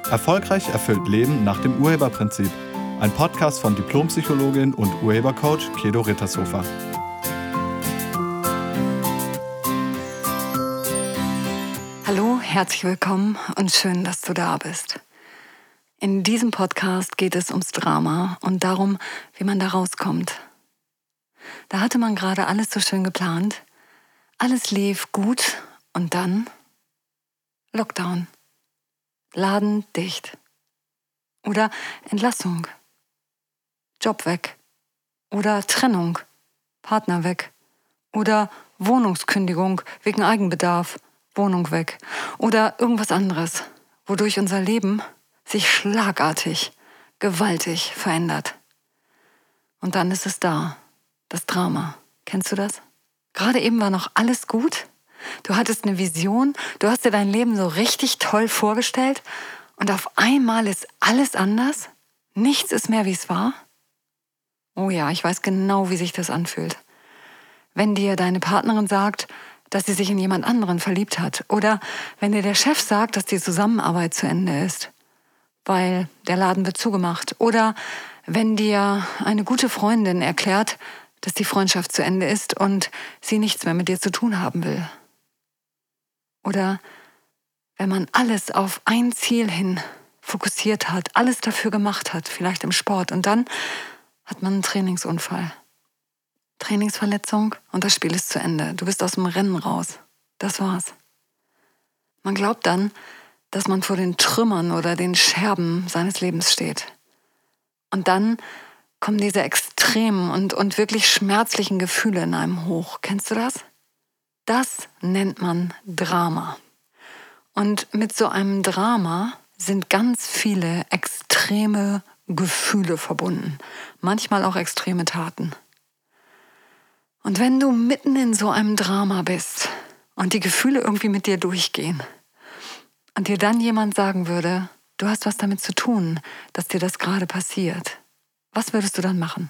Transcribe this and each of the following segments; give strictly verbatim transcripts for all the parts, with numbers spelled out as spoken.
Erfolgreich erfüllt Leben nach dem Urheberprinzip. Ein Podcast von Diplompsychologin und Urhebercoach Kedo Rittershofer. Hallo, herzlich willkommen und schön, dass du da bist. In diesem Podcast geht es ums Drama und darum, wie man da rauskommt. Da hatte man gerade alles so schön geplant. Alles lief gut und dann Lockdown. Laden dicht. Oder Entlassung. Job weg. Oder Trennung. Partner weg. Oder Wohnungskündigung wegen Eigenbedarf. Wohnung weg. Oder irgendwas anderes, wodurch unser Leben sich schlagartig, gewaltig verändert. Und dann ist es da. Das Drama. Kennst du das? Gerade eben war noch alles gut. Du hattest eine Vision, du hast dir dein Leben so richtig toll vorgestellt und auf einmal ist alles anders. Nichts ist mehr, wie es war. Oh ja, ich weiß genau, wie sich das anfühlt. Wenn dir deine Partnerin sagt, dass sie sich in jemand anderen verliebt hat oder wenn dir der Chef sagt, dass die Zusammenarbeit zu Ende ist, weil der Laden wird zugemacht oder wenn dir eine gute Freundin erklärt, dass die Freundschaft zu Ende ist und sie nichts mehr mit dir zu tun haben will. Oder wenn man alles auf ein Ziel hin fokussiert hat, alles dafür gemacht hat, vielleicht im Sport, und dann hat man einen Trainingsunfall. Trainingsverletzung und das Spiel ist zu Ende. Du bist aus dem Rennen raus. Das war's. Man glaubt dann, dass man vor den Trümmern oder den Scherben seines Lebens steht. Und dann kommen diese extremen und, und wirklich schmerzlichen Gefühle in einem hoch. Kennst du das? Das nennt man Drama. Und mit so einem Drama sind ganz viele extreme Gefühle verbunden. Manchmal auch extreme Taten. Und wenn du mitten in so einem Drama bist und die Gefühle irgendwie mit dir durchgehen und dir dann jemand sagen würde, du hast was damit zu tun, dass dir das gerade passiert, was würdest du dann machen?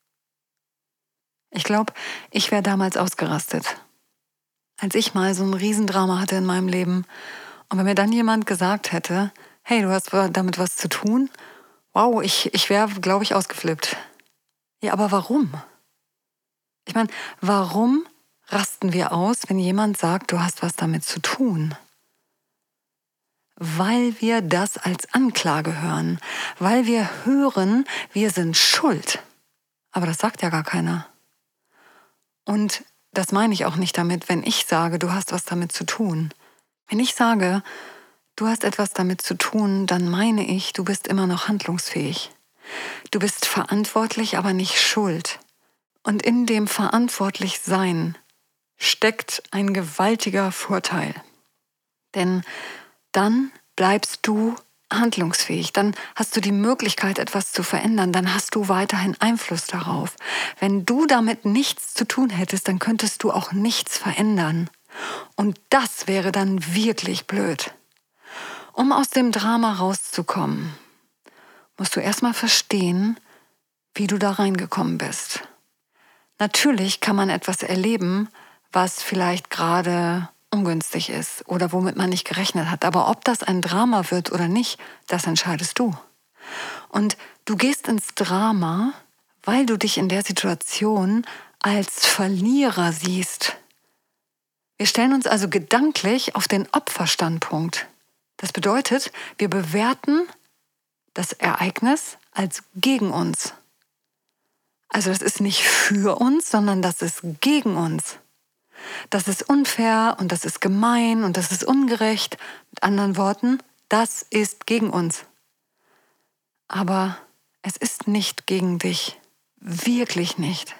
Ich glaube, ich wäre damals ausgerastet. Als ich mal so ein Riesendrama hatte in meinem Leben und wenn mir dann jemand gesagt hätte, hey, du hast damit was zu tun, wow, ich, ich wäre, glaube ich, ausgeflippt. Ja, aber warum? Ich meine, warum rasten wir aus, wenn jemand sagt, du hast was damit zu tun? Weil wir das als Anklage hören, weil wir hören, wir sind schuld. Aber das sagt ja gar keiner. Und das meine ich auch nicht damit, wenn ich sage, du hast was damit zu tun. Wenn ich sage, du hast etwas damit zu tun, dann meine ich, du bist immer noch handlungsfähig. Du bist verantwortlich, aber nicht schuld. Und in dem Verantwortlichsein steckt ein gewaltiger Vorteil. Denn dann bleibst du handlungsfähig, dann hast du die Möglichkeit, etwas zu verändern, dann hast du weiterhin Einfluss darauf. Wenn du damit nichts zu tun hättest, dann könntest du auch nichts verändern. Und das wäre dann wirklich blöd. Um aus dem Drama rauszukommen, musst du erstmal verstehen, wie du da reingekommen bist. Natürlich kann man etwas erleben, was vielleicht gerade ungünstig ist oder womit man nicht gerechnet hat. Aber ob das ein Drama wird oder nicht, das entscheidest du. Und du gehst ins Drama, weil du dich in der Situation als Verlierer siehst. Wir stellen uns also gedanklich auf den Opferstandpunkt. Das bedeutet, wir bewerten das Ereignis als gegen uns. Also das ist nicht für uns, sondern das ist gegen uns. Das ist unfair und das ist gemein und das ist ungerecht. Mit anderen Worten, das ist gegen uns. Aber es ist nicht gegen dich. Wirklich nicht.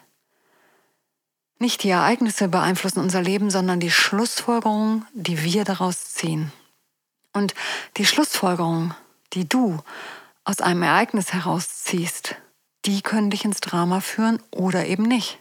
Nicht die Ereignisse beeinflussen unser Leben, sondern die Schlussfolgerungen, die wir daraus ziehen. Und die Schlussfolgerungen, die du aus einem Ereignis herausziehst, die können dich ins Drama führen oder eben nicht.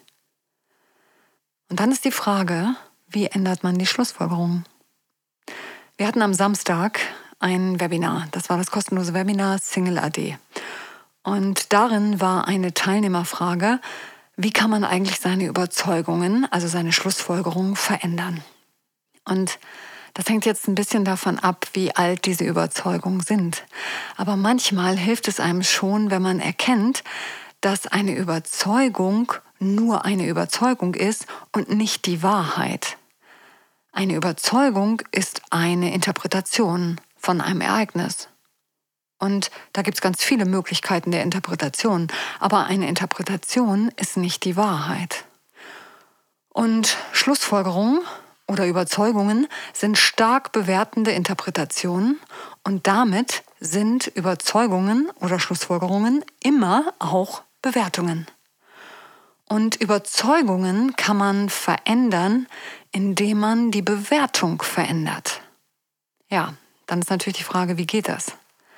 Und dann ist die Frage, wie ändert man die Schlussfolgerungen? Wir hatten am Samstag ein Webinar. Das war das kostenlose Webinar Single A D. Und darin war eine Teilnehmerfrage, wie kann man eigentlich seine Überzeugungen, also seine Schlussfolgerungen verändern? Und Das hängt jetzt ein bisschen davon ab, wie alt diese Überzeugungen sind. Aber manchmal hilft es einem schon, wenn man erkennt, dass eine Überzeugung nur eine Überzeugung ist und nicht die Wahrheit. Eine Überzeugung ist eine Interpretation von einem Ereignis. Und da gibt es ganz viele Möglichkeiten der Interpretation. Aber eine Interpretation ist nicht die Wahrheit. Und Schlussfolgerungen oder Überzeugungen sind stark bewertende Interpretationen und damit sind Überzeugungen oder Schlussfolgerungen immer auch Bewertungen. Und Überzeugungen kann man verändern, indem man die Bewertung verändert. Ja, dann ist natürlich die Frage, wie geht das?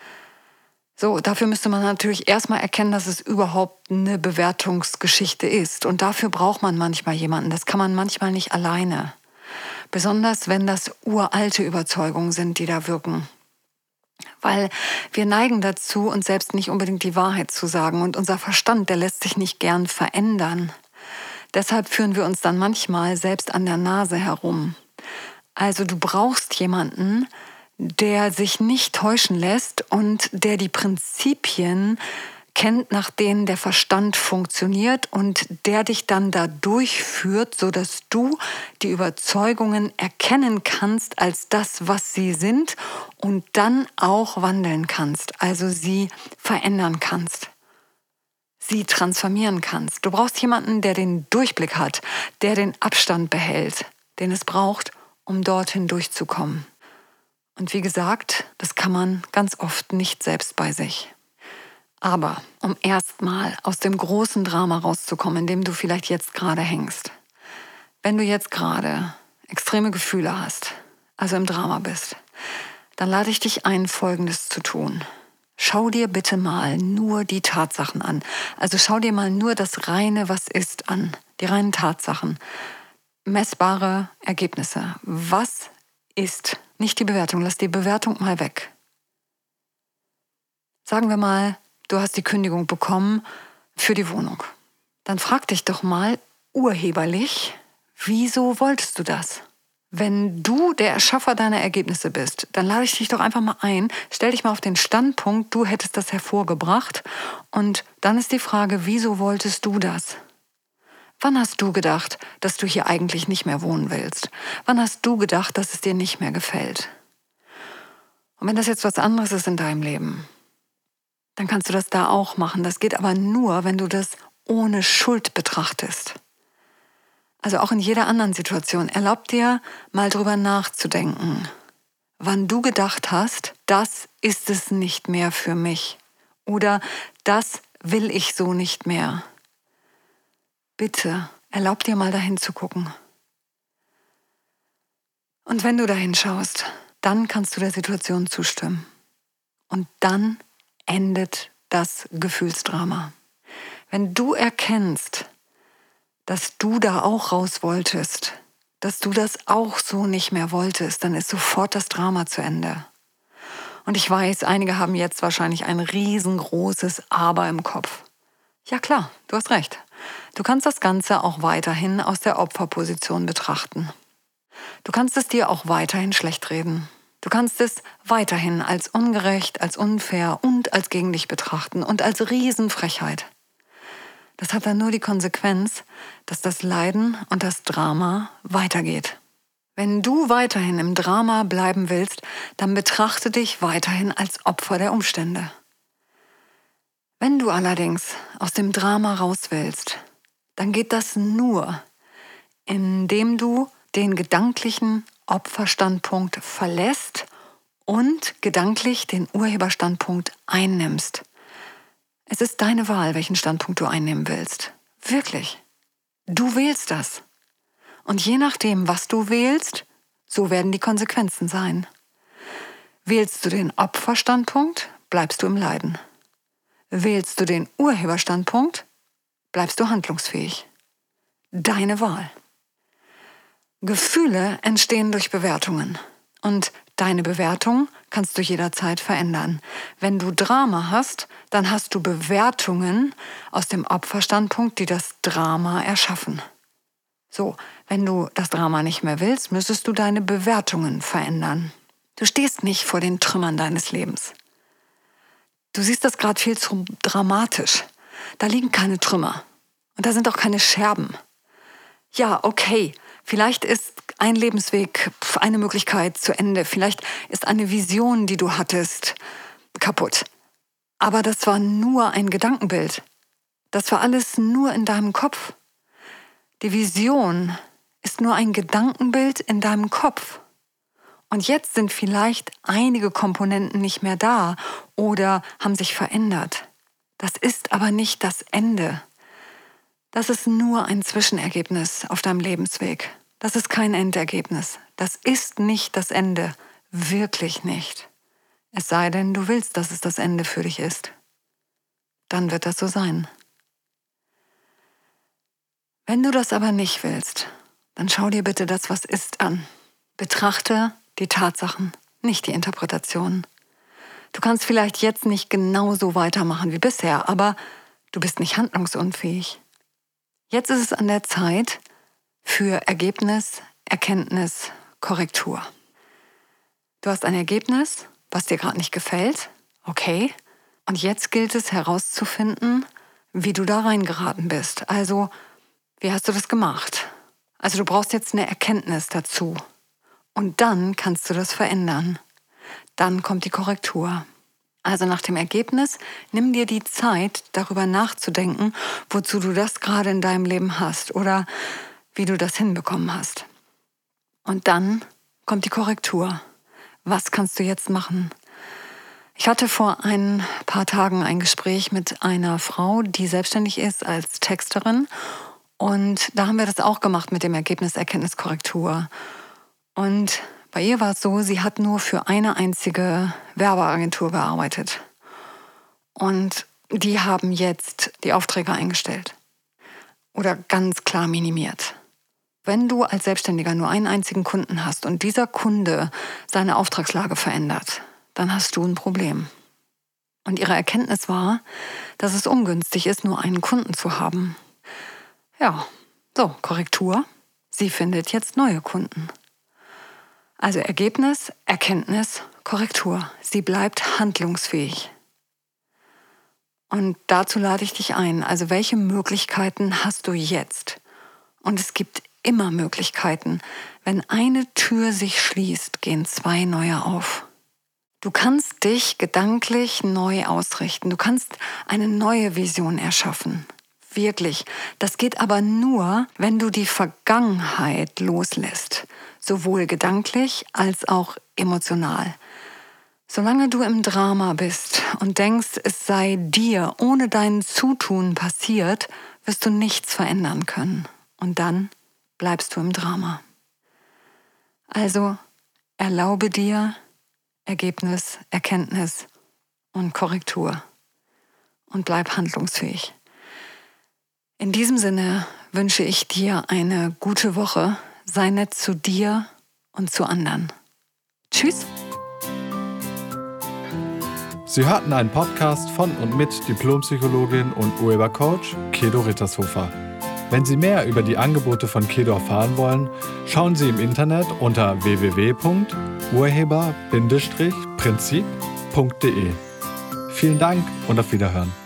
So, dafür müsste man natürlich erstmal erkennen, dass es überhaupt eine Bewertungsgeschichte ist. Und dafür braucht man manchmal jemanden. Das kann man manchmal nicht alleine. Besonders wenn das uralte Überzeugungen sind, die da wirken. Weil wir neigen dazu, uns selbst nicht unbedingt die Wahrheit zu sagen. Und unser Verstand, der lässt sich nicht gern verändern. Deshalb führen wir uns dann manchmal selbst an der Nase herum. Also du brauchst jemanden, der sich nicht täuschen lässt und der die Prinzipien kennt, nach denen der Verstand funktioniert und der dich dann da durchführt, sodass du die Überzeugungen erkennen kannst als das, was sie sind und dann auch wandeln kannst, also sie verändern kannst, sie transformieren kannst. Du brauchst jemanden, der den Durchblick hat, der den Abstand behält, den es braucht, um dorthin durchzukommen. Und wie gesagt, das kann man ganz oft nicht selbst bei sich. Aber um erstmal aus dem großen Drama rauszukommen, in dem du vielleicht jetzt gerade hängst, wenn du jetzt gerade extreme Gefühle hast, also im Drama bist, dann lade ich dich ein, Folgendes zu tun. Schau dir bitte mal nur die Tatsachen an. Also schau dir mal nur das reine, was ist, an. Die reinen Tatsachen. Messbare Ergebnisse. Was ist? Nicht die Bewertung, lass die Bewertung mal weg. Sagen wir mal, du hast die Kündigung bekommen für die Wohnung. Dann frag dich doch mal urheberlich, wieso wolltest du das? Wenn du der Erschaffer deiner Ergebnisse bist, dann lade ich dich doch einfach mal ein, stell dich mal auf den Standpunkt, du hättest das hervorgebracht und dann ist die Frage, wieso wolltest du das? Wann hast du gedacht, dass du hier eigentlich nicht mehr wohnen willst? Wann hast du gedacht, dass es dir nicht mehr gefällt? Und wenn das jetzt was anderes ist in deinem Leben, dann kannst du das da auch machen. Das geht aber nur, wenn du das ohne Schuld betrachtest. Also auch in jeder anderen Situation. Erlaub dir, mal drüber nachzudenken, wann du gedacht hast, das ist es nicht mehr für mich. Oder das will ich so nicht mehr. Bitte, erlaub dir mal dahin zu gucken. Und wenn du dahin schaust, dann kannst du der Situation zustimmen. Und dann endet das Gefühlsdrama. Wenn du erkennst, dass du da auch raus wolltest, dass du das auch so nicht mehr wolltest, dann ist sofort das Drama zu Ende. Und ich weiß, einige haben jetzt wahrscheinlich ein riesengroßes Aber im Kopf. Ja klar, du hast recht. Du kannst das Ganze auch weiterhin aus der Opferposition betrachten. Du kannst es dir auch weiterhin schlecht reden. Du kannst es weiterhin als ungerecht, als unfair und als gegen dich betrachten und als Riesenfrechheit. Das hat dann nur die Konsequenz, dass das Leiden und das Drama weitergeht. Wenn du weiterhin im Drama bleiben willst, dann betrachte dich weiterhin als Opfer der Umstände. Wenn du allerdings aus dem Drama raus willst, dann geht das nur, indem du den gedanklichen Opferstandpunkt verlässt und gedanklich den Urheberstandpunkt einnimmst. Es ist deine Wahl, welchen Standpunkt du einnehmen willst. Wirklich. Du wählst das. Und je nachdem, was du wählst, so werden die Konsequenzen sein. Wählst du den Opferstandpunkt, bleibst du im Leiden. Wählst du den Urheberstandpunkt, bleibst du handlungsfähig. Deine Wahl. Gefühle entstehen durch Bewertungen. Und deine Bewertung kannst du jederzeit verändern. Wenn du Drama hast, dann hast du Bewertungen aus dem Opferstandpunkt, die das Drama erschaffen. So, wenn du das Drama nicht mehr willst, müsstest du deine Bewertungen verändern. Du stehst nicht vor den Trümmern deines Lebens. Du siehst das gerade viel zu dramatisch. Da liegen keine Trümmer. Und da sind auch keine Scherben. Ja, okay, vielleicht ist ein Lebensweg, eine Möglichkeit zu Ende. Vielleicht ist eine Vision, die du hattest, kaputt. Aber das war nur ein Gedankenbild. Das war alles nur in deinem Kopf. Die Vision ist nur ein Gedankenbild in deinem Kopf. Und jetzt sind vielleicht einige Komponenten nicht mehr da oder haben sich verändert. Das ist aber nicht das Ende. Das ist nur ein Zwischenergebnis auf deinem Lebensweg. Das ist kein Endergebnis. Das ist nicht das Ende. Wirklich nicht. Es sei denn, du willst, dass es das Ende für dich ist. Dann wird das so sein. Wenn du das aber nicht willst, dann schau dir bitte das, was ist, an. Betrachte die Tatsachen, nicht die Interpretationen. Du kannst vielleicht jetzt nicht genauso weitermachen wie bisher, aber du bist nicht handlungsunfähig. Jetzt ist es an der Zeit für Ergebnis, Erkenntnis, Korrektur. Du hast ein Ergebnis, was dir gerade nicht gefällt, okay. Und jetzt gilt es herauszufinden, wie du da reingeraten bist. Also, wie hast du das gemacht? Also du brauchst jetzt eine Erkenntnis dazu. Und dann kannst du das verändern. Dann kommt die Korrektur. Also nach dem Ergebnis, nimm dir die Zeit, darüber nachzudenken, wozu du das gerade in deinem Leben hast oder wie du das hinbekommen hast. Und dann kommt die Korrektur. Was kannst du jetzt machen? Ich hatte vor ein paar Tagen ein Gespräch mit einer Frau, die selbstständig ist als Texterin. Und da haben wir das auch gemacht mit dem Ergebnis Erkenntnis Korrektur. Und bei ihr war es so, sie hat nur für eine einzige Werbeagentur gearbeitet. Und die haben jetzt die Aufträge eingestellt oder ganz klar minimiert. Wenn du als Selbstständiger nur einen einzigen Kunden hast und dieser Kunde seine Auftragslage verändert, dann hast du ein Problem. Und ihre Erkenntnis war, dass es ungünstig ist, nur einen Kunden zu haben. Ja, so, Korrektur. Sie findet jetzt neue Kunden. Also Ergebnis, Erkenntnis, Korrektur. Sie bleibt handlungsfähig. Und dazu lade ich dich ein. Also welche Möglichkeiten hast du jetzt? Und es gibt immer Möglichkeiten. Wenn eine Tür sich schließt, gehen zwei neue auf. Du kannst dich gedanklich neu ausrichten. Du kannst eine neue Vision erschaffen. Wirklich. Das geht aber nur, wenn du die Vergangenheit loslässt. Sowohl gedanklich als auch emotional. Solange du im Drama bist und denkst, es sei dir ohne dein Zutun passiert, wirst du nichts verändern können. Und dann bleibst du im Drama. Also erlaube dir Ergebnis, Erkenntnis und Korrektur. Und bleib handlungsfähig. In diesem Sinne wünsche ich dir eine gute Woche. Sei nett zu dir und zu anderen. Tschüss. Sie hörten einen Podcast von und mit Diplompsychologin und Urhebercoach Kedo Rittershofer. Wenn Sie mehr über die Angebote von Kedo erfahren wollen, schauen Sie im Internet unter w w w punkt urheber Bindestrich prinzip punkt de. Vielen Dank und auf Wiederhören.